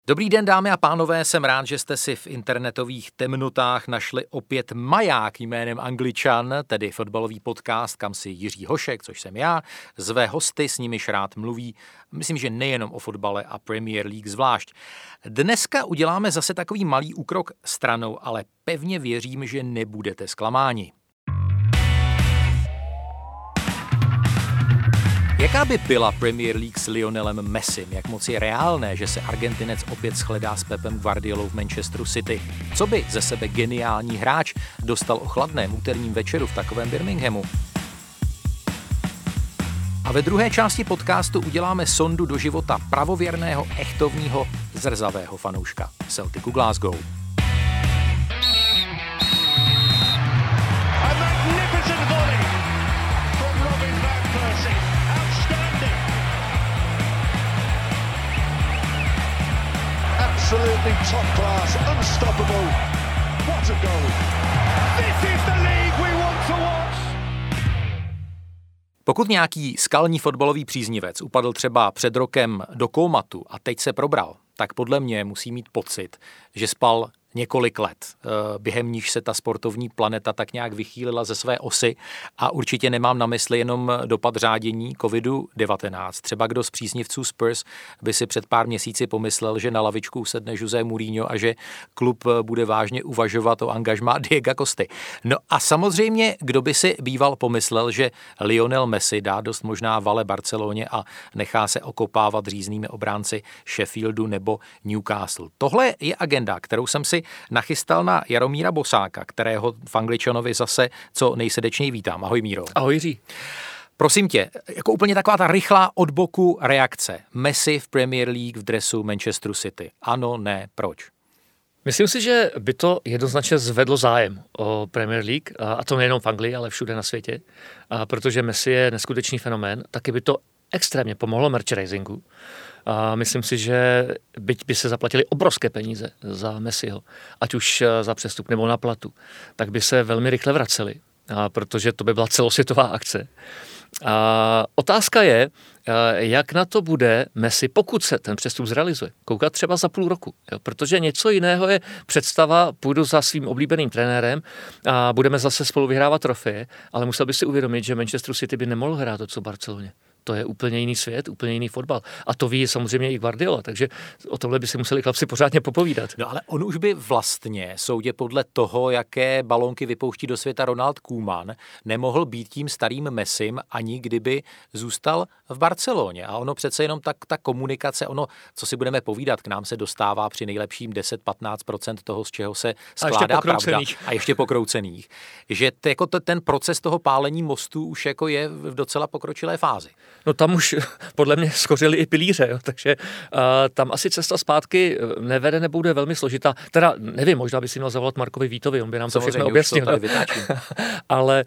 Dobrý den, dámy a pánové, jsem rád, že jste si v internetových temnotách našli opět maják jménem Angličan, tedy fotbalový podcast, kam si Jiří Hošek, což jsem já, zve hosty, s nimiž rád mluví, myslím, že nejenom o fotbale a Premier League zvlášť. Dneska uděláme zase takový malý úkrok stranou, ale pevně věřím, že nebudete zklamáni. Jaká by byla Premier League s Lionelem Messim? Jak moc je reálné, že se Argentinec opět shledá s Pepem Guardiolou v Manchesteru City? Co by ze sebe geniální hráč dostal o chladném úterním večeru v takovém Birminghamu? A ve druhé části podcastu uděláme sondu do života pravověrného, echtovního, zrzavého fanouška Celticu Glasgow. Absolutely top class, unstoppable. What a goal. This is the league we want to watch. Pokud nějaký skalní fotbalový příznivec upadl třeba před rokem do kómatu a teď se probral, tak podle mě musí mít pocit, že spal několik let, během níž se ta sportovní planeta tak nějak vychýlila ze své osy a určitě nemám na mysli jenom dopad řádění COVID-19. Třeba kdo z příznivců Spurs by si před pár měsíci pomyslel, že na lavičku sedne José Mourinho a že klub bude vážně uvažovat o angažmá Diega Costy. No a samozřejmě, kdo by si býval pomyslel, že Lionel Messi dá dost možná vale Barceloně a nechá se okopávat říznými obránci Sheffieldu nebo Newcastle. Tohle je agenda, kterou jsem si nachystal na Jaromíra Bosáka, kterého v Angličanovi zase co nejsrdečněji vítám. Ahoj, Míro. Ahoj, Jiří. Prosím tě, jako úplně taková ta rychlá od boku reakce. Messi v Premier League v dresu Manchesteru City. Ano, ne, proč? Myslím si, že by to jednoznačně zvedlo zájem o Premier League, a to nejenom v Anglii, ale všude na světě, protože Messi je neskutečný fenomén, taky by to extrémně pomohlo merchandisingu. A myslím si, že byť by se zaplatili obrovské peníze za Messiho, ať už za přestup nebo na platu, tak by se velmi rychle vraceli, protože to by byla celosvětová akce. A otázka je, jak na to bude Messi, pokud se ten přestup zrealizuje. Koukat třeba za půl roku, jo? Protože něco jiného je představa, půjdu za svým oblíbeným trenérem a budeme zase spolu vyhrávat trofeje, ale musel by si uvědomit, že Manchester City by nemohl hrát to, co Barceloně. To je úplně jiný svět, úplně jiný fotbal. A to ví samozřejmě i Guardiola, takže o tomhle by si museli chlapci pořádně popovídat. No ale on už by vlastně, soudě podle toho, jaké balónky vypouští do světa Ronald Koeman, nemohl být tím starým Messim, ani kdyby zůstal v Barceloně. A ono přece jenom ta komunikace, ono, co si budeme povídat, k nám se dostává při nejlepším 10-15% toho, z čeho se skládá pravda. A ještě pokroucených. Že ten proces toho pálení mostu už jako je v docela pokročilé fázi. No tam už podle mě skořily i pilíře, jo, takže tam asi cesta zpátky nevede, nebude velmi složitá. Teda nevím, možná by si měl zavolat Markovi Vítovi, on by nám to všechno objasnil. Ale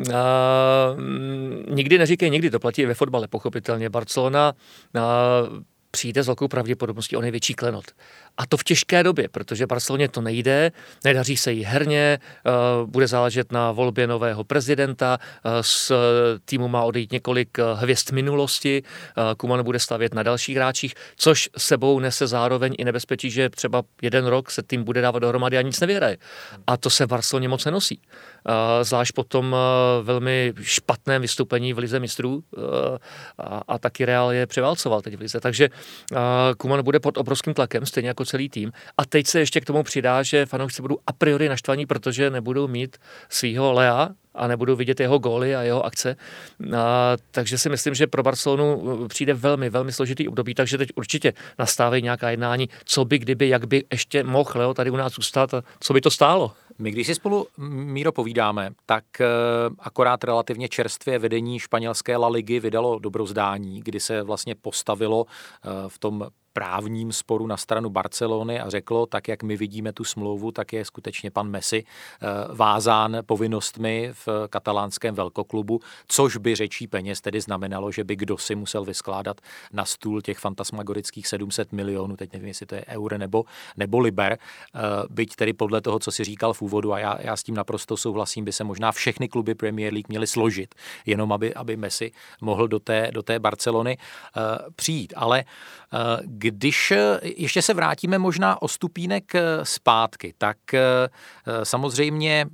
nikdy neříkej nikdy, to platí i ve fotbale, pochopitelně. Barcelona přijde s velkou pravděpodobností o největší klenot. A to v těžké době, protože Barceloně to nejde, nedaří se jí herně, bude záležet na volbě nového prezidenta, z týmu má odejít několik hvězd minulosti, Koeman bude stavět na dalších hráčích, což sebou nese zároveň i nebezpečí, že třeba jeden rok se tým bude dávat dohromady a nic nevyhraje. A to se v Barceloně moc nenosí. Zvlášť po tom velmi špatném vystoupení v Lize mistrů a taky Real je převálcoval teď v Lize. Takže Koeman bude pod obrovským tlakem, stejně jako celý tým. A teď se ještě k tomu přidá, že fanoušci budou a priori naštvaní, protože nebudou mít svýho Lea a nebudou vidět jeho góly a jeho akce. Takže si myslím, že pro Barcelonu přijde velmi, velmi složitý období, takže teď určitě nastávají nějaká jednání, co by, kdyby, jak by ještě mohl Leo tady u nás zůstat a co by to stálo. My, když si spolu, Míro, povídáme, tak akorát relativně čerstvě vedení španělské La Ligy vydalo dobrozdání, kdy se vlastně postavilo v tom právním sporu na stranu Barcelony a řeklo, tak jak my vidíme tu smlouvu, tak je skutečně pan Messi vázán povinnostmi v katalánském velkoklubu, což by řečí peněz tedy znamenalo, že by kdo si musel vyskládat na stůl těch fantasmagorických 700 milionů, teď nevím, jestli to je eur nebo liber, byť tedy podle toho, co si říkal v úvodu, a já s tím naprosto souhlasím, by se možná všechny kluby Premier League měly složit, jenom aby Messi mohl do té Barcelony přijít. Ale Když ještě se vrátíme možná o stupínek zpátky, tak samozřejmě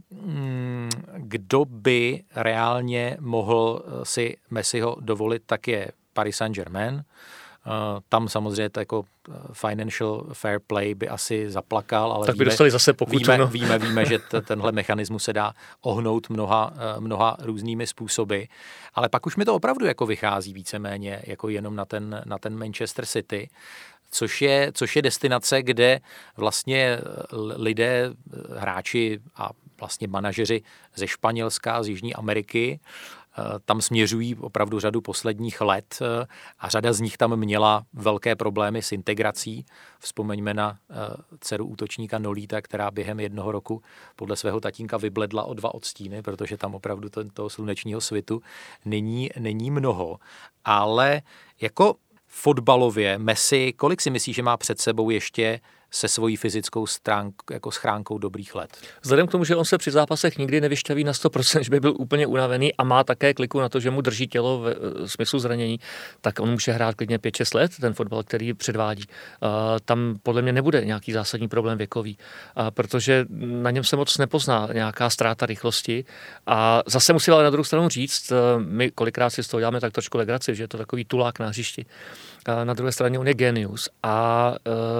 kdo by reálně mohl si Messiho dovolit, tak je Paris Saint-Germain. Tam samozřejmě to jako financial fair play by asi zaplakal, ale tak by dostali zase pokutu. Víme, že tenhle mechanismus se dá ohnout mnoha různými způsoby, ale pak už mi to opravdu jako vychází víceméně jako jenom na ten Manchester City, což je destinace, kde vlastně lidé, hráči a vlastně manažeři ze Španělska, z Jižní Ameriky tam směřují opravdu řadu posledních let a řada z nich tam měla velké problémy s integrací. Vzpomeňme na dceru útočníka Nolíta, která během jednoho roku podle svého tatínka vybledla o 2 odstíny, protože tam opravdu toho slunečního svitu není mnoho. Ale jako fotbalově Messi, kolik si myslíš, že má před sebou ještě se svojí fyzickou jako schránkou dobrých let? Vzhledem k tomu, že on se při zápasech nikdy nevyšťaví na 100%, že by byl úplně unavený a má také kliku na to, že mu drží tělo v smyslu zranění, tak on může hrát klidně 5-6 let, ten fotbal, který předvádí. Tam podle mě nebude nějaký zásadní problém věkový, protože na něm se moc nepozná nějaká ztráta rychlosti. A zase musím ale na druhou stranu říct, my kolikrát si z toho děláme tak trošku legraci, že je to takový tulák na hřišti. Na druhé straně on je genius a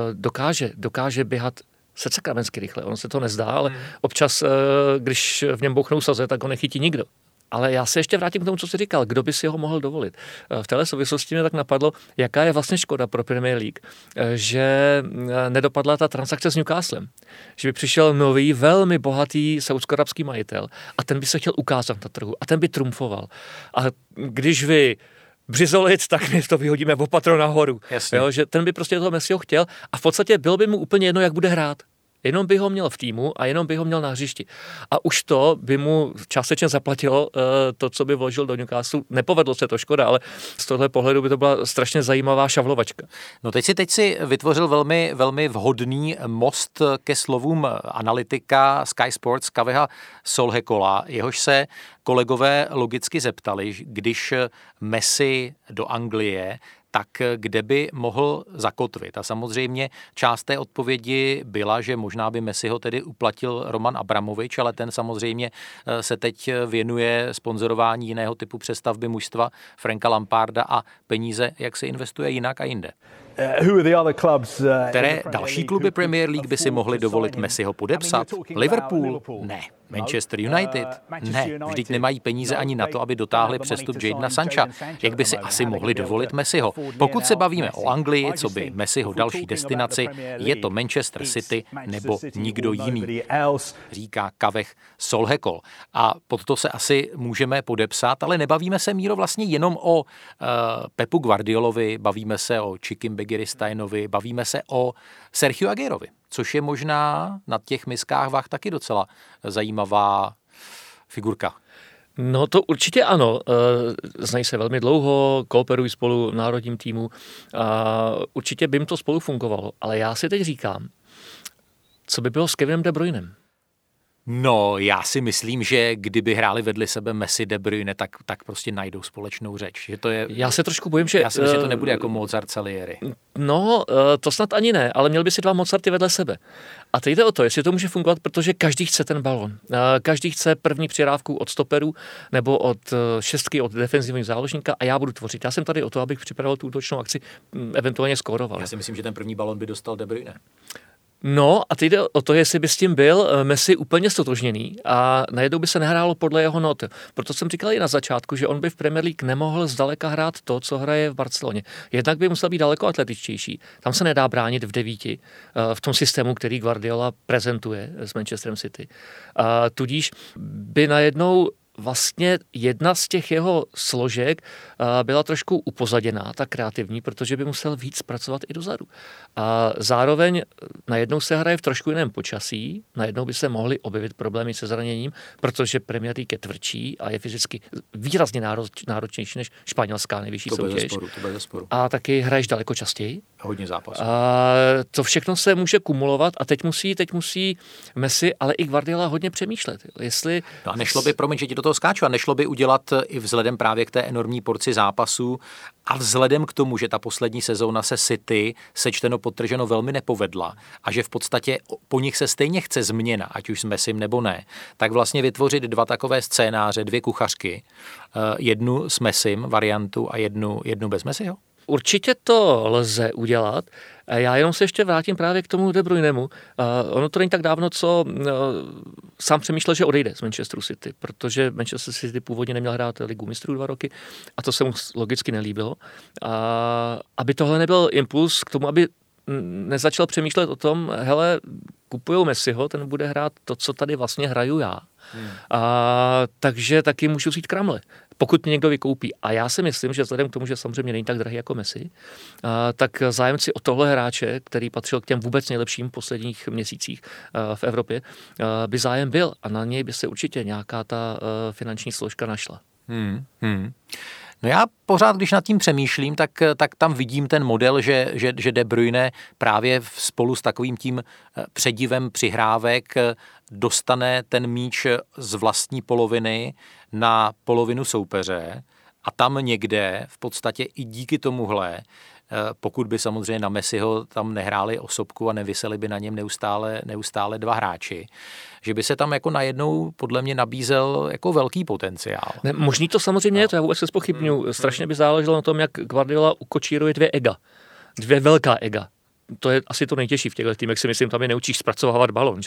dokáže běhat secekramensky rychle. Ono se to nezdá, ale občas, když v něm bouchnou saze, tak ho nechytí nikdo. Ale já se ještě vrátím k tomu, co jsi říkal. Kdo by si ho mohl dovolit? V téhle souvislosti mě tak napadlo, jaká je vlastně škoda pro Premier League, že nedopadla ta transakce s Newcastlem. Že by přišel nový, velmi bohatý saúdsko-arabský majitel a ten by se chtěl ukázat na trhu a ten by trumfoval. A když vy břizolit, tak my to vyhodíme opatro nahoru. Jo, že ten by prostě toho Messiho chtěl a v podstatě bylo by mu úplně jedno, jak bude hrát. Jenom by ho měl v týmu a jenom by ho měl na hřišti. A už to by mu částečně zaplatilo to, co by vložil do Newcastle. Nepovedlo se to, škoda, ale z tohle pohledu by to byla strašně zajímavá šavlovačka. No teď si vytvořil velmi, velmi vhodný most ke slovům analytika Sky Sports Kaveha Solhekola, jehož se kolegové logicky zeptali, když Messi do Anglie, tak kde by mohl zakotvit. A samozřejmě část té odpovědi byla, že možná by Messiho tedy uplatil Roman Abramovič, ale ten samozřejmě se teď věnuje sponzorování jiného typu přestavby mužstva Franka Lamparda a peníze, jak se investuje jinak a jinde. Které další kluby Premier League by si mohli dovolit Messiho podepsat? Liverpool? Ne. Manchester United? Ne. Vždyť nemají peníze ani na to, aby dotáhli přestup Jadona Sancha. Jak by si asi mohli dovolit Messiho? Pokud se bavíme o Anglii, co by Messiho další destinaci, je to Manchester City nebo nikdo jiný, říká Kaveh Solhekol. A pod to se asi můžeme podepsat, ale nebavíme se, Míro, vlastně jenom o Pepu Guardiolovi, bavíme se o Chikim Begiristajnovi, bavíme se o Sergio Aguerovi, což je možná na těch miskách vah taky docela zajímavá figurka. No to určitě ano. Znají se velmi dlouho, kooperují spolu v národním týmu. Určitě by jim to spolu fungovalo. Ale já si teď říkám, co by bylo s Kevinem De Bruynem? No, já si myslím, že kdyby hráli vedli sebe Messi, De Bruyne, tak prostě najdou společnou řeč. Že to je, já se trošku bojím, že... Já si myslím, že to nebude jako Mozart Salieri. No, to snad ani ne, ale měl by si 2 Mozarty vedle sebe. A teď jde o to, jestli to může fungovat, protože každý chce ten balon. Každý chce první přihrávku od stoperů nebo od šestky, od defenzivního záložníka a já budu tvořit. Já jsem tady o to, abych připravil tu útočnou akci, eventuálně skóroval. Já si myslím, že ten první balon by dostal De Bruyne. No a teď jde o to, jestli by s tím byl Messi úplně stotožněný a najednou by se nehrálo podle jeho not. Proto jsem říkal i na začátku, že on by v Premier League nemohl zdaleka hrát to, co hraje v Barceloně. Jednak by musel být daleko atletičtější. Tam se nedá bránit v 9 v tom systému, který Guardiola prezentuje s Manchesterem City. Tudíž by najednou vlastně jedna z těch jeho složek byla trošku upozaděná, ta kreativní, protože by musel víc pracovat i dozadu. A zároveň najednou se hraje v trošku jiném počasí, najednou by se mohly objevit problémy se zraněním, protože Premier League je tvrdší a je fyzicky výrazně náročnější než španělská nejvyšší soutěž. To bez sporu. A taky hraješ daleko častěji. Hodně zápasů. A to všechno se může kumulovat a teď musí Messi, ale i Guardiola hodně přemýšlet. Jestli... No a nešlo by, promiň, že ti do toho skáču, a nešlo by udělat i vzhledem právě k té enormní porci zápasů a vzhledem k tomu, že ta poslední sezóna se City sečteno podtrženo velmi nepovedla a že v podstatě po nich se stejně chce změna, ať už s Messim nebo ne, tak vlastně vytvořit dva takové scénáře, dvě kuchařky, jednu s Messim variantu a jednu bez Messiho? Určitě to lze udělat. Já jenom se ještě vrátím právě k tomu De Bruynemu. Ono to není tak dávno, co sám přemýšlel, že odejde z Manchesteru City, protože Manchester City původně neměl hrát Ligu mistrů 2 roky a to se mu logicky nelíbilo. Aby tohle nebyl impuls k tomu, aby nezačal přemýšlet o tom, hele, kupujou Messiho, ten bude hrát to, co tady vlastně hraju já. Takže taky můžu vzít kramle, pokud mě někdo vykoupí. A já si myslím, že vzhledem k tomu, že samozřejmě není tak drahý jako Messi, tak zájemci o tohle hráče, který patřil k těm vůbec nejlepším v posledních měsících v Evropě, by zájem byl a na něj by se určitě nějaká ta finanční složka našla. No já pořád, když nad tím přemýšlím, tak tam vidím ten model, že De Bruyne právě spolu s takovým tím předivem přihrávek dostane ten míč z vlastní poloviny na polovinu soupeře a tam někde v podstatě i díky tomuhle, pokud by samozřejmě na Messiho tam nehráli osobku a neviseli by na něm neustále dva hráči, že by se tam jako najednou podle mě nabízel jako velký potenciál. Ne, možný to samozřejmě je, to já vůbec nezpochybňuji. Strašně by záleželo na tom, jak Guardiola ukočíruje dvě velká ega. To je asi to nejtěžší v těchto týmech, si myslím, tam je neučíš zpracovávat balon.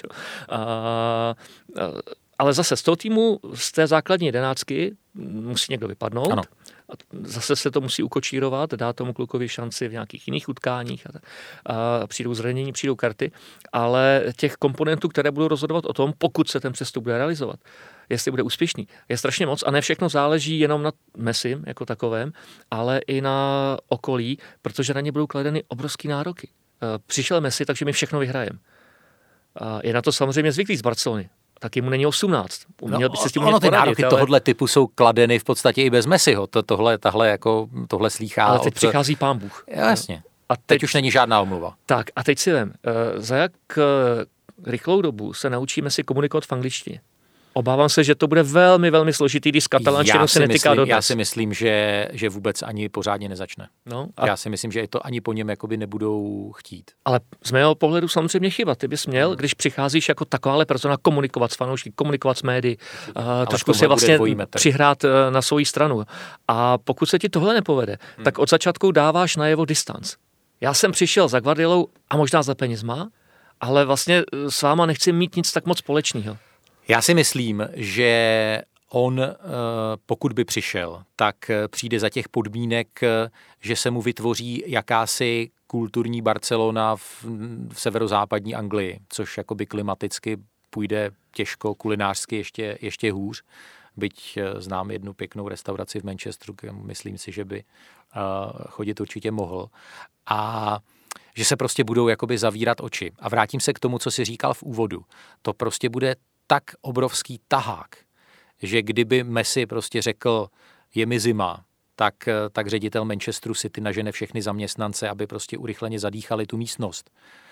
Ale zase z toho týmu, z té základní jedenáctky musí někdo vypadnout. Ano. Zase se to musí ukočírovat, dát tomu klukovi šanci v nějakých jiných utkáních a přijdou zranění, přijdou karty, ale těch komponentů, které budou rozhodovat o tom, pokud se ten přestup bude realizovat, jestli bude úspěšný, je strašně moc a ne všechno záleží jenom na Messim jako takovém, ale i na okolí, protože na ně budou kladeny obrovský nároky. Přišel Messi, takže my všechno vyhrajeme. Je na to samozřejmě zvyklý z Barcelony. Taky mu není 18. Uměl by se s tím ty nároky tohohle typu jsou kladeny v podstatě i bez Messiho. Tohle slýchá. Ale teď přichází Pán Bůh. Jasně. A teď už není žádná omluva. Tak a teď si vem, za jak rychlou dobu se naučíme si komunikovat v angličtině. Obávám se, že to bude velmi, velmi složitý, když katalánštinou se netýká dodnes. Já si myslím, že vůbec ani pořádně nezačne. No, já si myslím, že i to ani po něm jakoby nebudou chtít. Ale z mého pohledu samozřejmě chyba. Ty bys měl, když přicházíš jako takováhle persona, komunikovat s fanoušky, komunikovat s médií, trošku si vlastně přihrát na svou stranu. A pokud se ti tohle nepovede, tak od začátku dáváš najevo distanc. Já jsem přišel za Guardiolou a možná za penězma, ale vlastně s váma nechci mít nic tak moc společného. Já si myslím, že on, pokud by přišel, tak přijde za těch podmínek, že se mu vytvoří jakási kulturní Barcelona v severozápadní Anglii, což jakoby klimaticky půjde těžko, kulinářsky ještě hůř. Byť znám jednu pěknou restauraci v Manchesteru, myslím si, že by chodit určitě mohl. A že se prostě budou jakoby zavírat oči. A vrátím se k tomu, co jsi říkal v úvodu. To prostě bude tak obrovský tahák, že kdyby Messi prostě řekl, je mi zima, tak ředitel Manchesteru City nažene všechny zaměstnance, aby prostě urychleně zadýchali tu místnost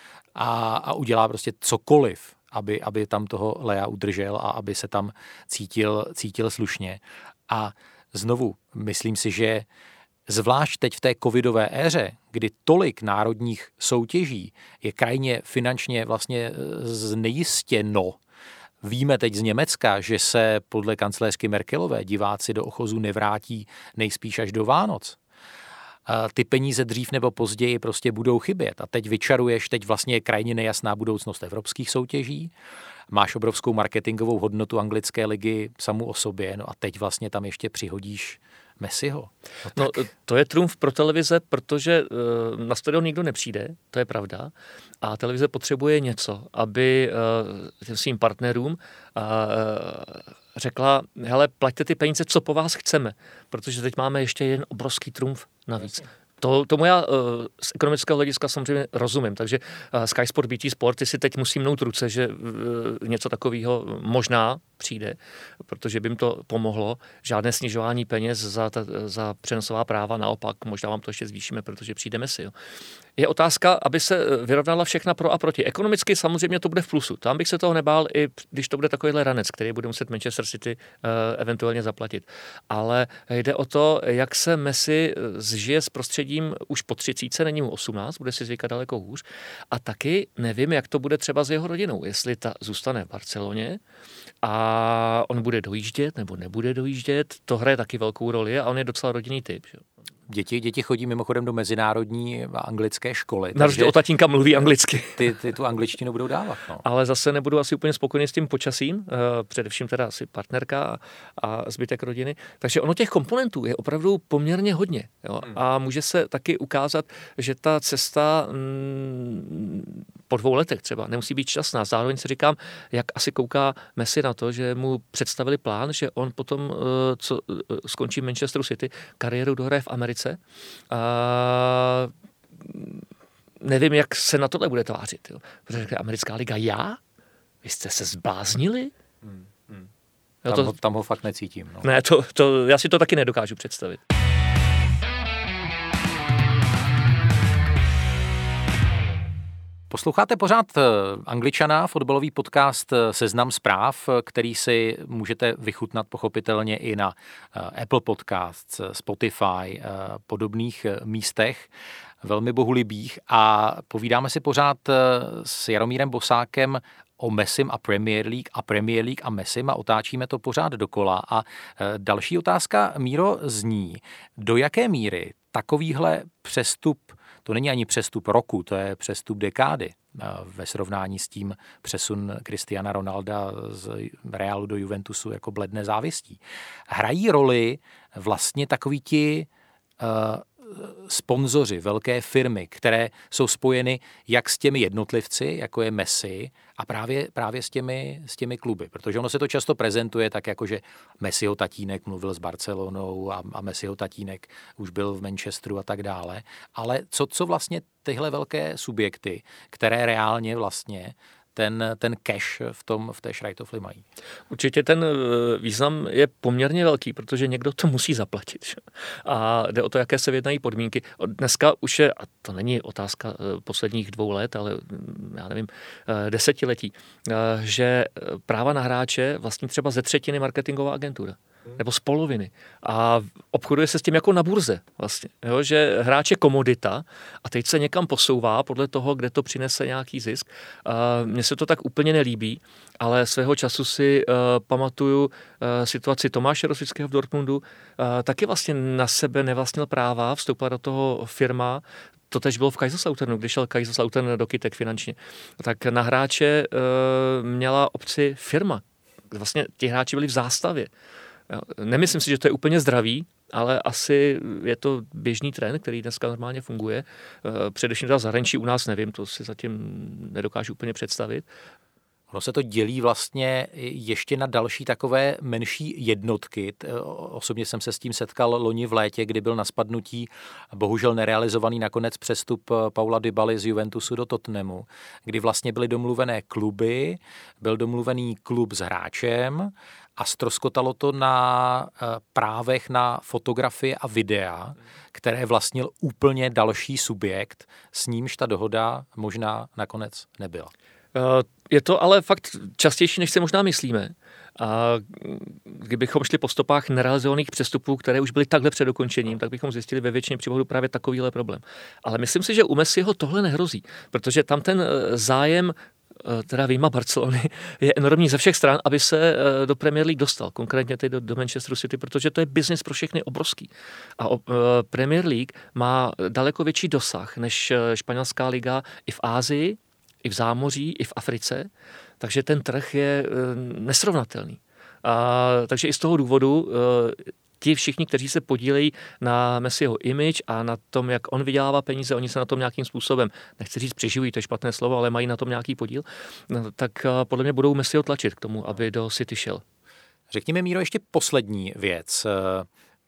a udělá prostě cokoliv, aby tam toho Lea udržel a aby se tam cítil slušně. A znovu, myslím si, že zvlášť teď v té covidové éře, kdy tolik národních soutěží je krajně finančně vlastně znejistěno. Víme teď z Německa, že se podle kancléřky Merkelové diváci do Ochozu nevrátí nejspíš až do Vánoc. Ty peníze dřív nebo později prostě budou chybět. A teď vyčaruješ, teď vlastně je krajně nejasná budoucnost evropských soutěží. Máš obrovskou marketingovou hodnotu anglické ligy samu o sobě, no a teď vlastně tam ještě přihodíš Messiho. No to je trumf pro televize, protože na stadion nikdo nepřijde, to je pravda. A televize potřebuje něco, aby těm svým partnerům řekla, hele, plaťte ty peníze, co po vás chceme, protože teď máme ještě jeden obrovský trumf navíc. Tomu já z ekonomického hlediska samozřejmě rozumím, takže Sky Sport, BT Sport, ty si teď musí mnout ruce, že něco takového možná přijde, protože by jim to pomohlo. Žádné snižování peněz za přenosová práva, naopak, možná vám to ještě zvýšíme, protože přijde Messi. Jo. Je otázka, aby se vyrovnala všechna pro a proti. Ekonomicky samozřejmě to bude v plusu. Tam bych se toho nebál, i když to bude takovýhle ranec, který bude muset Manchester City eventuálně zaplatit. Ale jde o to, jak se Messi zžije s prostředím už po 30, není mu 18, bude si zvykat daleko hůř. A taky nevím, jak to bude třeba s jeho rodinou. Jestli ta zůstane v Barceloně a on bude dojíždět nebo nebude dojíždět, to hraje taky velkou roli a on je docela rodinný typ. Že? Děti chodí mimochodem do mezinárodní anglické školy. Na rozdíl od tatínka mluví anglicky. Ty tu angličtinu budou dávat. No. Ale zase nebudu asi úplně spokojený s tím počasím, především teda asi partnerka a zbytek rodiny. Takže ono těch komponentů je opravdu poměrně hodně. Jo? A může se taky ukázat, že ta cesta po 2 letech třeba nemusí být šťastná. Zároveň si říkám, jak asi kouká Messi na to, že mu představili plán, že on potom, co skončí Manchesteru City, kariéru dohraje v Americe. Nevím, jak se na tohle bude tvářit. Jo. Protože americká liga, Vy jste se zbláznili? Tam ho fakt necítím. No. Ne, já si to taky nedokážu představit. Posloucháte pořád Angličana, fotbalový podcast Seznam zpráv, který si můžete vychutnat pochopitelně i na Apple Podcasts, Spotify, podobných místech, velmi bohulibých. A povídáme si pořád s Jaromírem Bosákem o Messim a Premier League a Messim a otáčíme to pořád dokola. A další otázka, Míro, zní, do jaké míry takovýhle přestup, to není ani přestup roku, to je přestup dekády ve srovnání s tím přesun Cristiana Ronalda z Realu do Juventusu jako bledné závěstí. Hrají roli vlastně takoví ti sponzoři, velké firmy, které jsou spojeny jak s těmi jednotlivci, jako je Messi, a právě s těmi kluby. Protože ono se to často prezentuje tak, jako že Messiho tatínek mluvil s Barcelonou a Messiho tatínek už byl v Manchesteru a tak dále. Ale co vlastně tyhle velké subjekty, které reálně vlastně ten cash v té Šrajtofli mají? Určitě ten význam je poměrně velký, protože někdo to musí zaplatit. Že? A jde o to, jaké se vyjednají podmínky. Dneska už je, a to není otázka posledních 2 let, ale já nevím, 10letí, že práva na hráče vlastní třeba ze 1/3 marketingová agentura. Nebo z poloviny. A obchoduje se s tím jako na burze vlastně. Jo? Že hráč je komodita a teď se někam posouvá podle toho, kde to přinese nějaký zisk. Mně se to tak úplně nelíbí, ale svého času si pamatuju situaci Tomáše Rosického v Dortmundu. Taky vlastně na sebe nevlastnil práva, vstoupila do toho firma. To tež bylo v Kaiserslauternu, když šel Kaiserslautern do kytek finančně. Tak na hráče měla opci firma. Vlastně ti hráči byli v zástavě. Nemyslím si, že to je úplně zdravý, ale asi je to běžný trend, který dneska normálně funguje. Především v zahraničí, u nás nevím, to si zatím nedokážu úplně představit. Ono se to dělí vlastně ještě na další takové menší jednotky. Osobně jsem se s tím setkal loni v létě, kdy byl na spadnutí bohužel nerealizovaný nakonec přestup Paula Dybaly z Juventusu do Tottenhamu, kdy vlastně byly domluvené kluby, byl domluvený klub s hráčem a ztroskotalo to na právech na fotografie a videa, které vlastnil úplně další subjekt, s nímž ta dohoda možná nakonec nebyla. Je to ale fakt častější, než si možná myslíme. A kdybychom šli po stopách nerealizovaných přestupů, které už byly takhle před dokončením, tak bychom zjistili ve většině případů právě takovýhle problém. Ale myslím si, že u Messiho tohle nehrozí, protože tam ten zájem teda vyjma Barcelony, je enormní ze všech stran, aby se do Premier League dostal, konkrétně teď do Manchesteru City, protože to je biznis pro všechny obrovský. A Premier League má daleko větší dosah než španělská liga i v Asii, i v zámoří, i v Africe, takže ten trh je nesrovnatelný. Takže i z toho důvodu ti všichni, kteří se podílejí na Messiho image a na tom, jak on vydělává peníze, oni se na tom nějakým způsobem, nechci říct přiživují, to je špatné slovo, ale mají na tom nějaký podíl, tak podle mě budou Messiho tlačit k tomu, aby do City šel. Řekněme, Míro, ještě poslední věc.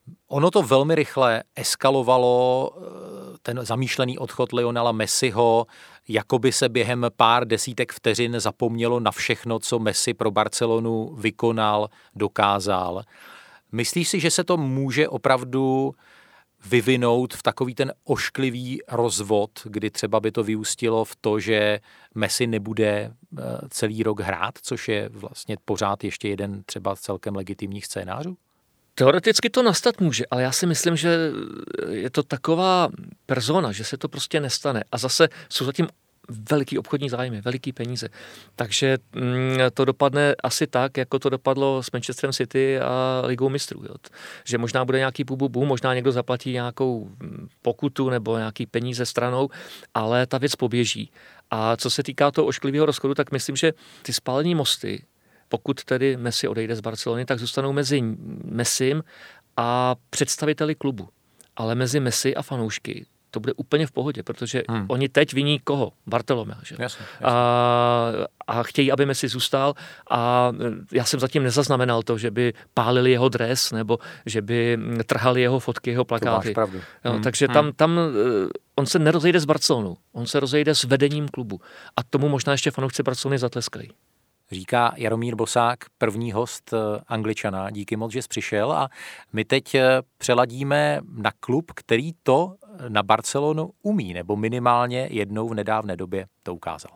Ono to velmi rychle eskalovalo, ten zamýšlený odchod Lionela Messiho, jako by se během pár desítek vteřin zapomnělo na všechno, co Messi pro Barcelonu vykonal, dokázal. Myslíš si, že se to může opravdu vyvinout v takový ten ošklivý rozvod, kdy třeba by to vyústilo v to, že Messi nebude celý rok hrát, což je vlastně pořád ještě jeden třeba celkem legitimních scénářů? Teoreticky to nastat může, ale já si myslím, že je to taková persona, že se to prostě nestane. A zase jsou zatím veliký obchodní zájmy, veliký peníze. Takže to dopadne asi tak, jako to dopadlo s Manchesterem City a Ligou mistrů. Jo. Že možná bude nějaký bubu, možná někdo zaplatí nějakou pokutu nebo nějaký peníze stranou, ale ta věc poběží. A co se týká toho ošklivého rozchodu, tak myslím, že ty spálení mosty, pokud tedy Messi odejde z Barcelony, tak zůstanou mezi Messim a představiteli klubu. Ale mezi Messi a fanoušky to bude úplně v pohodě, protože oni teď viní koho? Bartolomea. Že? Jasně. A chtějí, aby Messi zůstal a já jsem zatím nezaznamenal to, že by pálili jeho dres nebo že by trhali jeho fotky, jeho plakáty. To máš pravdu. Takže tam on se nerozejde s Barcelonou, on se rozejde s vedením klubu a tomu možná ještě fanoušci Barcelony zatleskají. Říká Jaromír Bosák, první host Angličana. Díky moc, že jsi přišel a my teď přeladíme na klub, který to na Barcelonu umí, nebo minimálně jednou v nedávné době to ukázal.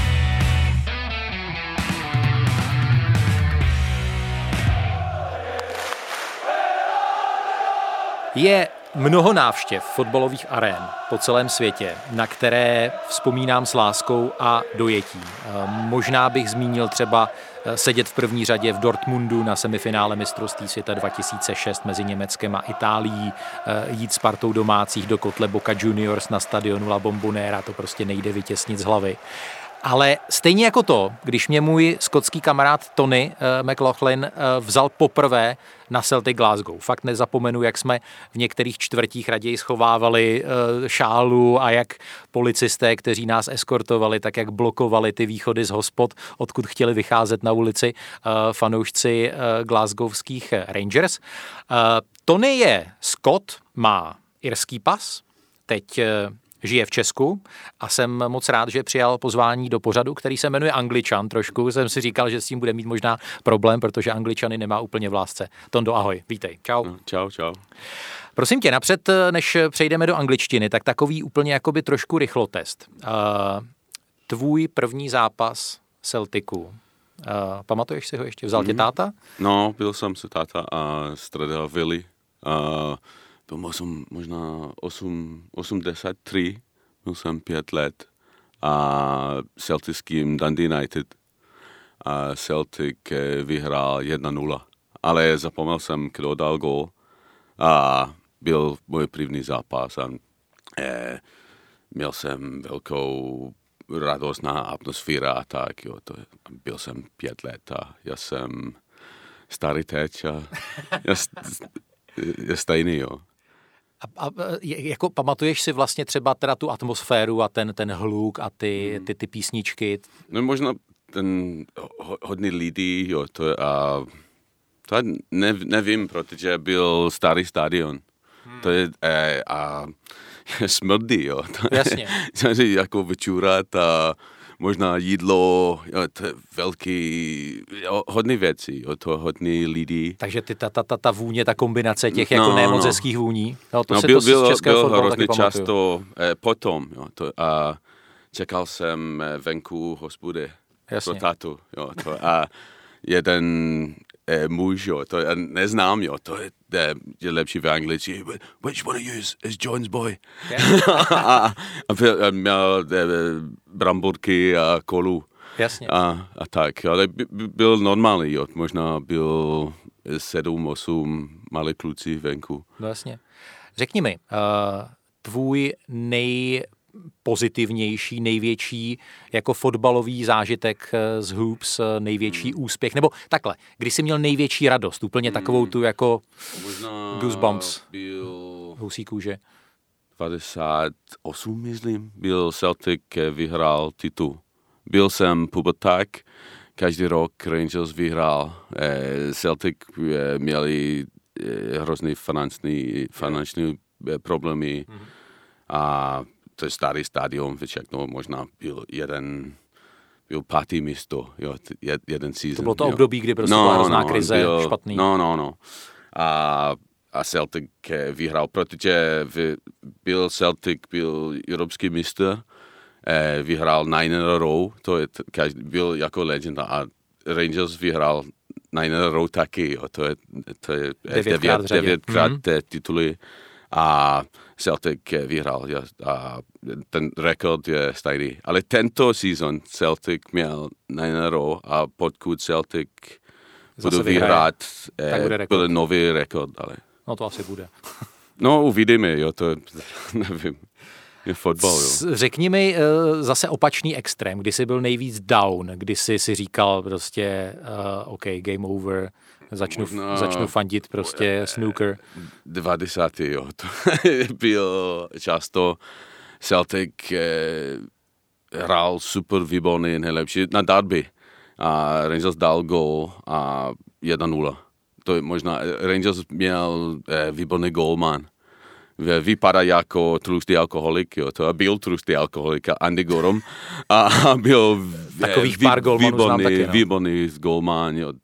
Je mnoho návštěv fotbalových arén po celém světě, na které vzpomínám s láskou a dojetí. Možná bych zmínil třeba sedět v první řadě v Dortmundu na semifinále mistrovství světa 2006 mezi Německem a Itálií, jít s partou domácích do kotle Boca Juniors na stadionu La Bombonera, to prostě nejde vytěsnit z hlavy. Ale stejně jako to, když mě můj skotský kamarád Tony McLaughlin vzal poprvé na Celtic Glasgow. Fakt nezapomenu, jak jsme v některých čtvrtích raději schovávali šálu a jak policisté, kteří nás eskortovali, tak jak blokovali ty východy z hospod, odkud chtěli vycházet na ulici fanoušci glasgowských Rangers. Tony je Skot, má irský pas, teď žije v Česku a jsem moc rád, že přijal pozvání do pořadu, který se jmenuje Angličan. Trošku jsem si říkal, že s tím bude mít možná problém, protože Angličany nemá úplně v lásce. Tondo, ahoj, vítej. Čau. Čau. Prosím tě, napřed, než přejdeme do angličtiny, tak takový úplně jakoby trošku rychlotest. Tvůj první zápas Celticu, pamatuješ si ho ještě? Vzal tě táta? No, byl jsem se táta a středal Vili. To možná 83, byl jsem 5 let a celtickým Dundee United a Celtic vyhrál 1-0, ale zapomněl jsem, kdo dal gól a byl můj první zápas a měl jsem velkou radost na atmosféra a tak, jo, byl jsem 5 let a já jsem starý teď a je stejný, jo. A jako pamatuješ si vlastně třeba teda tu atmosféru a ten hluk a ty písničky? No možná ten hodný lidí, jo, to nevím, protože byl starý stadion. To je a smrdí, jo. Jasně. Jako vyčurat a možná jídlo, jo, to je velký, jo, hodný věci, jo, to hodný lidí. Takže ta vůně, ta kombinace těch jako nemoc hezkých vůní. No, to se byl, to z českého fotbalu taky pamatuju. Často potom, jo, a čekal jsem venku hospody pro tátu, jo, a jeden muž, jo, to já neznám, jo, to je lepší v angličtině. Which one of you is John's boy? a měl bramborky a kolu. Jasně. A tak, ale byl normální, jo, možná byl 7-8 malé kluci venku. No jasně. Řekni mi, tvůj nejpozitivnější, největší jako fotbalový zážitek z Hoops, největší úspěch, nebo takhle, kdy jsi měl největší radost, úplně takovou tu jako goosebumps, husí kůže. 28, myslím, byl Celtic, vyhrál titul. Byl jsem puberták, každý rok Rangers vyhrál. Celtic měli hrozný finanční problémy a to je starý stadion, všechno možná byl 5. místo, jo, jeden sezon. To bylo to období, kdy prostě byla hrozná krize, špatný. No. A Celtic vyhrál, protože Celtic byl evropský mistr, vyhrál 9 in a row, byl jako legenda a Rangers vyhrál 9 in a row taky, jo, to je 9krát tituly a Celtic vyhrál a ten rekord je stejný. Ale tento sezon Celtic měl 9 in a row a pokud Celtic bude vyhrát, bude nový rekord. Ale... No to asi bude. No uvidíme, jo, to nevím. Je fotbal, jo. Řekni mi zase opačný extrém, kdy jsi byl nejvíc down, kdy jsi si říkal prostě OK, game over, začnu fandit prostě snooker. 90. jo, to byl často Celtic hrál super výborný, nejlepší na derby a Rangers dal gól a 1-0. To je možná, Rangers měl výborný gólman. Vypadá jako trustý alkoholik, jo, to byl trustý alkoholik, Andy Gorom, a byl takových pár gólmanů znám taky, no. Výborný gólman, jo,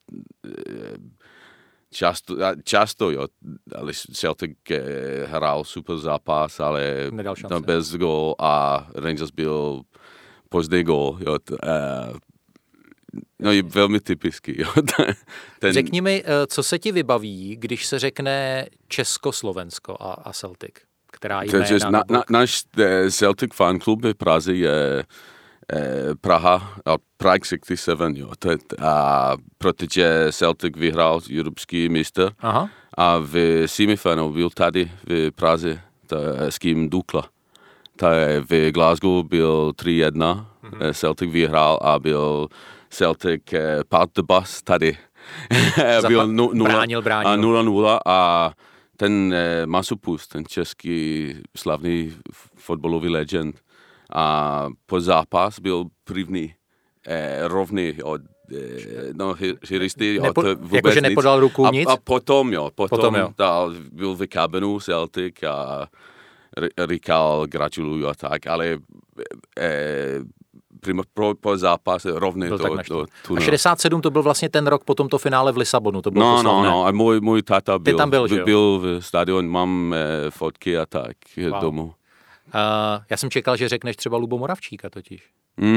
často, jo, ale Celtic hrál super zápas, ale bez gól a Rangers byl pozdě gól, jo, no je velmi typický. Jo. Řekni mi, co se ti vybaví, když se řekne Československo a Celtic, která jména... Náš Celtic fan klub v Praze je Praha, Prague 67, jo. Protože Celtic vyhrál evropský mistr a v semifinále byl tady v Praze s kým Dukla. V Glasgow byl 3-1, Celtic vyhrál a byl Celtic part the bus tady. Byl 0-0 a ten Masopust, ten český slavný fotbalový legend, a po zápas byl první rovný od to jakože nepodal ruku nic? A potom byl v kabinu Celtic a říkal gratuluju a tak, ale po zápase rovně to a 67 to byl vlastně ten rok po tomto finále v Lisabonu, to bylo poslavné. No, a můj táta byl v stadionu, mám fotky a tak domů. Já jsem čekal, že řekneš třeba Lubo Moravčíka totiž.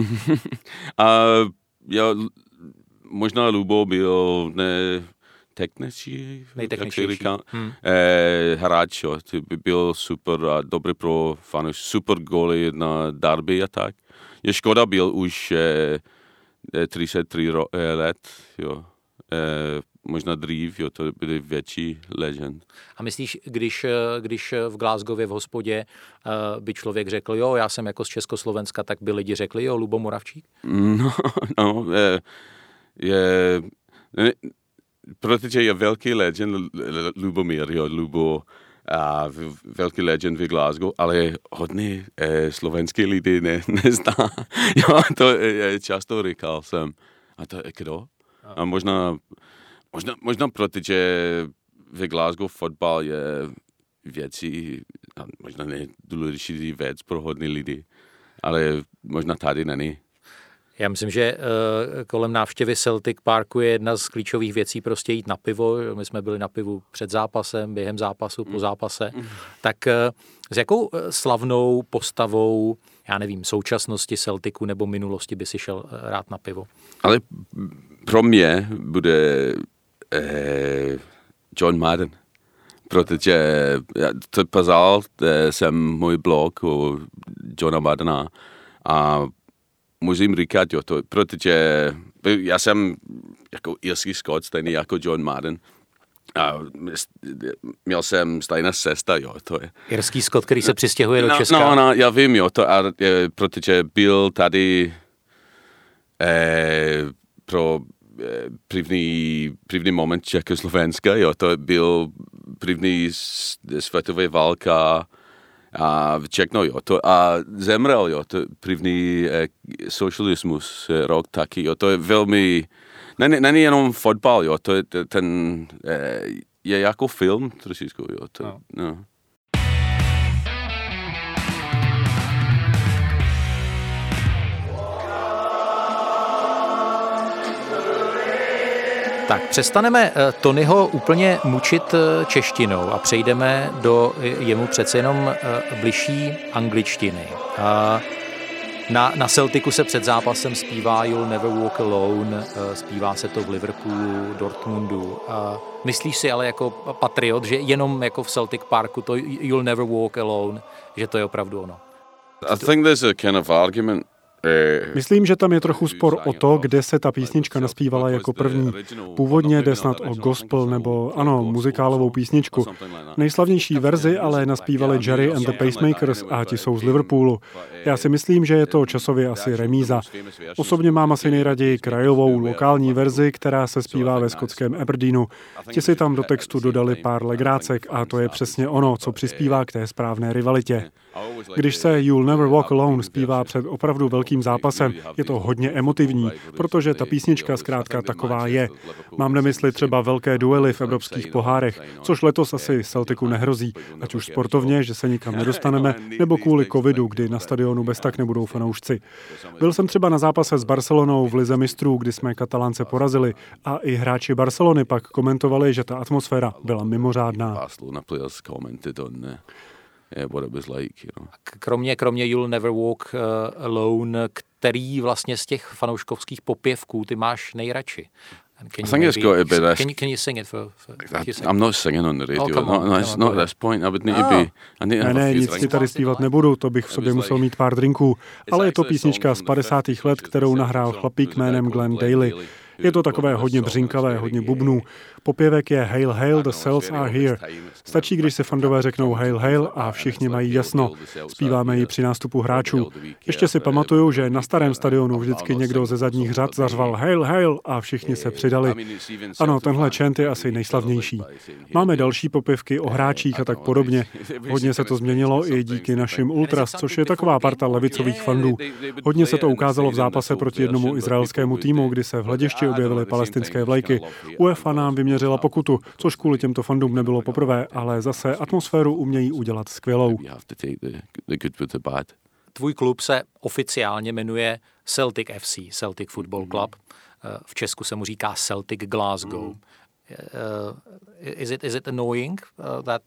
Možná Lubo byl nejtechničtější hráč, jo. Byl super a dobrý pro fanoušky, super góly na derby a tak. Je škoda, byl už 33 let, jo. Možná dřív, jo, to byly větší legend. A myslíš, když v Glasgowě v hospodě by člověk řekl, jo, já jsem jako z Československa, tak by lidi řekli, jo, Lubo Moravčík? No, protože je velký legend Lubomír, jo, Lubo, a velký legend v Glasgow, ale hodně slovenský lidi nezná. Jo, to často říkal jsem. A to je kdo? A možná protože v Glasgow fotbal je věcí, možná nejdůležitější věc pro hodně lidi, ale možná tady není. Já myslím, že kolem návštěvy Celtic Parku je jedna z klíčových věcí prostě jít na pivo. My jsme byli na pivu před zápasem, během zápasu, po zápase. Tak s jakou slavnou postavou, já nevím, současnosti Celticu nebo minulosti by si šel rád na pivo? Ale pro mě bude John Madden. Protože to psal jsem můj blog o Johna Maddena a musím říkat, jo, to, protože já jsem jako irský Skot, stejný jako John Madden. A měl jsem stejná cesta, jo, to je. Irský Skot, který se přistěhuje do Česka. No, já vím, jo, to, protože byl tady pro první moment Československa, jo, to byl první světová válka a všechno, jo, to a zemřel, jo, to první socialismus rok taky, jo, to je velmi, není jenom fotbal, jo, to je ten je jako film trošičku, jo. To, no. Tak přestaneme Tonyho úplně mučit češtinou a přejdeme do jemu přece jenom bližší angličtiny. Na Celticu se před zápasem zpívá You'll Never Walk Alone, zpívá se to v Liverpoolu, Dortmundu. Myslíš si ale jako patriot, že jenom jako v Celtic Parku to You'll Never Walk Alone, že to je opravdu ono? I think there's a kind of argument. Myslím, že tam je trochu spor o to, kde se ta písnička naspívala jako první. Původně jde snad o gospel nebo, ano, muzikálovou písničku. Nejslavnější verzi ale naspívali Jerry and the Pacemakers a ti jsou z Liverpoolu. Já si myslím, že je to časově asi remíza. Osobně mám asi nejraději krajovou, lokální verzi, která se zpívá ve skotském Aberdeenu. Ti si tam do textu dodali pár legrácek a to je přesně ono, co přispívá k té správné rivalitě. Když se You'll Never Walk Alone zpívá před opravdu velkým zápasem, je to hodně emotivní, protože ta písnička zkrátka taková je. Mám na mysli třeba velké duely v evropských pohárech, což letos asi Celticu nehrozí, ať už sportovně, že se nikam nedostaneme, nebo kvůli covidu, kdy na stadionu bez tak nebudou fanoušci. Byl jsem třeba na zápase s Barcelonou v Lize mistrů, kdy jsme Katalánce porazili a i hráči Barcelony pak komentovali, že ta atmosféra byla mimořádná. What it was like, you know. Kromě You'll Never Walk Alone, který vlastně z těch fanouškovských popěvků ty máš nejradši? I think it's got a bit Can you sing it for I'm not singing on the radio. No, it's not at this point. I would need to be. Ne, nic ti tady zpívat nebudu, to bych v sobě musel mít pár drinků. Ale je to písnička z 50. let, kterou nahrál chlapík jménem Glenn Daly. Je to takové hodně břinkavé, hodně bubnů. Popěvek je Hail, hail, the Celts are here. Stačí, když se fandové řeknou Hail, hail a všichni mají jasno. Zpíváme ji při nástupu hráčů. Ještě si pamatuju, že na starém stadionu vždycky někdo ze zadních řad zařval Hail, hail a všichni se přidali. Ano, tenhle chant je asi nejslavnější. Máme další popěvky o hráčích a tak podobně. Hodně se to změnilo i díky našim Ultras, což je taková parta levicových fandů. Hodně se to ukázalo v zápase proti jednomu izraelskému týmu, kdy se v hledišti objevily palestinské vlajky. UEFA nám vyměřila pokutu, což kvůli těmto fandům nebylo poprvé, ale zase atmosféru umějí udělat skvělou. Tvůj klub se oficiálně jmenuje Celtic FC, Celtic Football Club. V Česku se mu říká Celtic Glasgow. Is it annoying that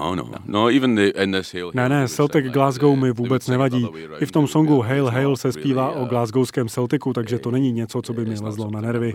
Ne, Celtic Glasgow mi vůbec nevadí. I v tom songu Hail Hail se zpívá o glasgowském Celticu, takže to není něco, co by mi lezlo na nervy.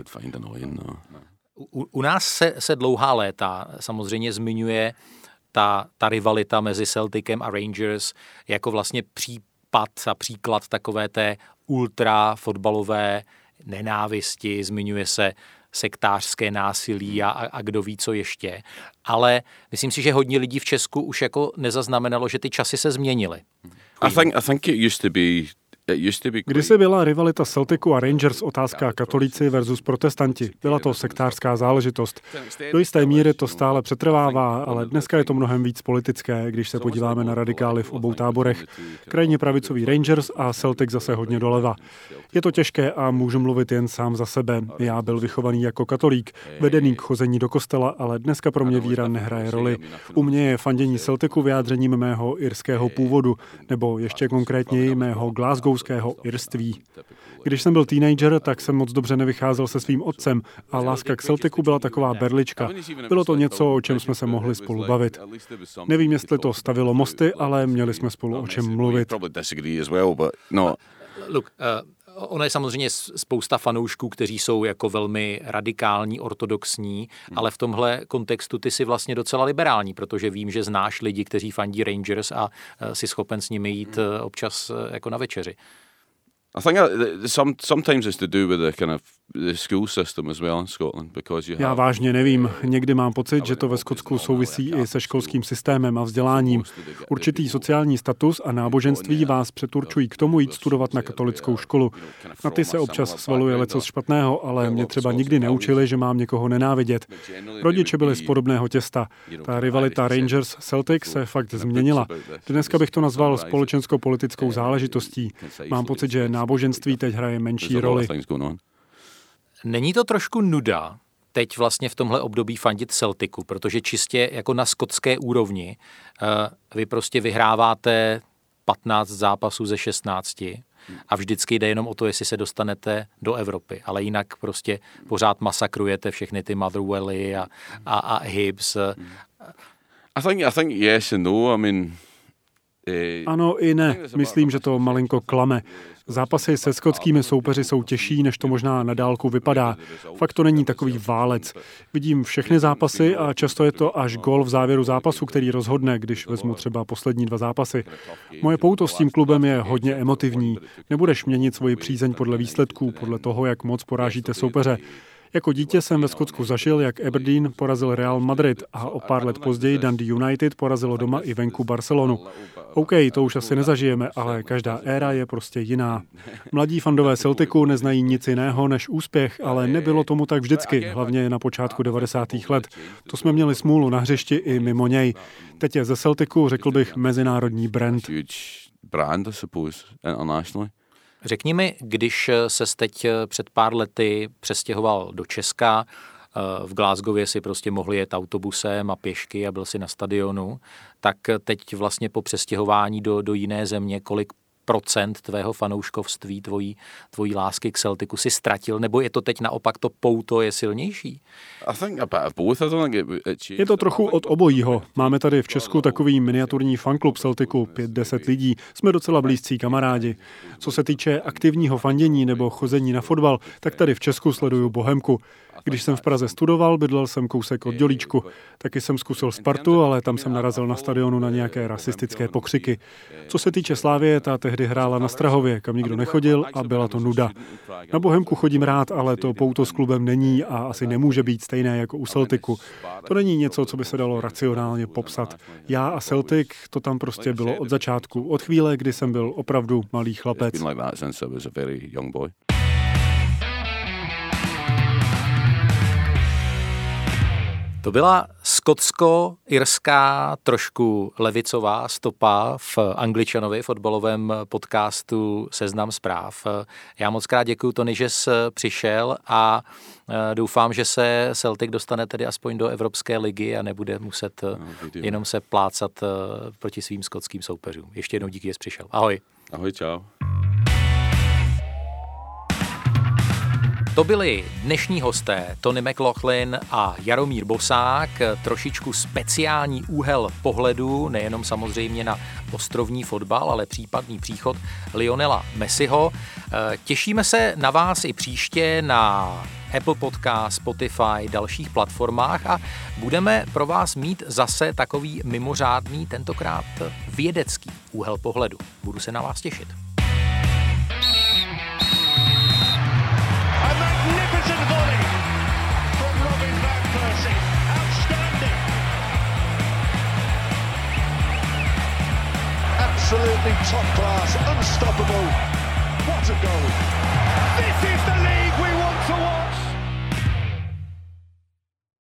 U nás se dlouhá léta samozřejmě zmiňuje ta rivalita mezi Celticem a Rangers jako vlastně případ a příklad takové té ultra fotbalové nenávisti, zmiňuje se sektářské násilí a kdo ví, co ještě. Ale myslím si, že hodně lidí v Česku už jako nezaznamenalo, že ty časy se změnily. I think it used to be Kdysi byla rivalita Celticu a Rangers otázka katolíci versus protestanti. Byla to sektářská záležitost. Do jisté míry to stále přetrvává, ale dneska je to mnohem víc politické, když se podíváme na radikály v obou táborech. Krajně pravicový Rangers a Celtic zase hodně doleva. Je to těžké a můžu mluvit jen sám za sebe. Já byl vychovaný jako katolík, vedený k chození do kostela, ale dneska pro mě víra nehraje roli. U mě je fandění Celticu vyjádřením mého irského původu, nebo ještě konkrétněji mého glasgowského irství. Když jsem byl teenager, tak jsem moc dobře nevycházel se svým otcem a láska k Celticu byla taková berlička. Bylo to něco, o čem jsme se mohli spolu bavit. Nevím, jestli to stavilo mosty, ale měli jsme spolu o čem mluvit. Ono je samozřejmě spousta fanoušků, kteří jsou jako velmi radikální, ortodoxní, ale v tomhle kontextu ty jsi vlastně docela liberální, protože vím, že znáš lidi, kteří fandí Rangers a jsi schopen s nimi jít občas jako na večeři. I think sometimes it's to do with the kind of the school system as well in Scotland, because you have. Já vážně nevím. Někdy mám pocit, že to ve Skotsku souvisí i se školským systémem a vzděláním. Určitý sociální status a náboženství vás přeturčují k tomu jít studovat na katolickou školu. Na ty se občas svaluje lecos špatného, ale mě třeba nikdy neučili, že mám někoho nenávidět. Rodiče byli z podobného těsta. Ta rivalita Rangers-Celtic se fakt změnila. Dneska bych to nazval společensko-politickou záležitostí. Mám pocit, že náboženství teď hraje menší roli. Není to trošku nuda teď vlastně v tomhle období fandit Celticu, protože čistě jako na skotské úrovni vy prostě vyhráváte 15 zápasů ze 16 a vždycky jde jenom o to, jestli se dostanete do Evropy, ale jinak prostě pořád masakrujete všechny ty Motherwelly a Hibs. I think yes and no. I mean, ano i ne. Myslím, že to malinko klame. Zápasy se skotskými soupeři jsou těžší, než to možná na dálku vypadá. Fakt to není takový válec. Vidím všechny zápasy a často je to až gól v závěru zápasu, který rozhodne, když vezmu třeba poslední 2 zápasy. Moje pouto s tím klubem je hodně emotivní. Nebudeš měnit svoji přízeň podle výsledků, podle toho, jak moc porážíte soupeře. Jako dítě jsem ve Skotsku zažil, jak Aberdeen porazil Real Madrid a o pár let později Dundee United porazilo doma i venku Barcelonu. OK, to už asi nezažijeme, ale každá éra je prostě jiná. Mladí fandové Celticu neznají nic jiného než úspěch, ale nebylo tomu tak vždycky, hlavně na počátku 90. let. To jsme měli smůlu na hřišti i mimo něj. Teď je ze Celticu, řekl bych, mezinárodní brand. Řekni mi, když ses teď před pár lety přestěhoval do Česka, v Glasgowě si prostě mohli jet autobusem a pěšky a byl si na stadionu, tak teď vlastně po přestěhování do jiné země, kolik procent tvého fanouškovství, tvojí lásky k Celticu si ztratil, nebo je to teď naopak to pouto je silnější? Je to trochu od obojího. Máme tady v Česku takový miniaturní fanklub Celticu, 5-10 lidí. Jsme docela blízcí kamarádi. Co se týče aktivního fandění nebo chození na fotbal, tak tady v Česku sleduju Bohemku. Když jsem v Praze studoval, bydlel jsem kousek od Dělíčku. Taky jsem zkusil Spartu, ale tam jsem narazil na stadionu na nějaké rasistické pokřiky. Co se týče Slávie, ta tehdy hrála na Strahově, kam nikdo nechodil a byla to nuda. Na Bohemku chodím rád, ale to pouto s klubem není a asi nemůže být stejné jako u Celticu. To není něco, co by se dalo racionálně popsat. Já a Celtic, to tam prostě bylo od začátku, od chvíle, kdy jsem byl opravdu malý chlapec. To byla skotsko-irská, trošku levicová stopa v Angličanovi fotbalovém podcastu Seznam zpráv. Já moc krát děkuju, Tony, že jsi přišel a doufám, že se Celtic dostane tedy aspoň do Evropské ligy a nebude muset jenom se plácat proti svým skotským soupeřům. Ještě jednou díky, že jsi přišel. Ahoj. Ahoj, čau. To byli dnešní hosté Tony McLaughlin a Jaromír Bosák, trošičku speciální úhel pohledu, nejenom samozřejmě na ostrovní fotbal, ale případný příchod Lionela Messiho. Těšíme se na vás i příště na Apple Podcast, Spotify, dalších platformách a budeme pro vás mít zase takový mimořádný, tentokrát vědecký úhel pohledu. Budu se na vás těšit. Absolutely top class, unstoppable. What a goal. This is the league.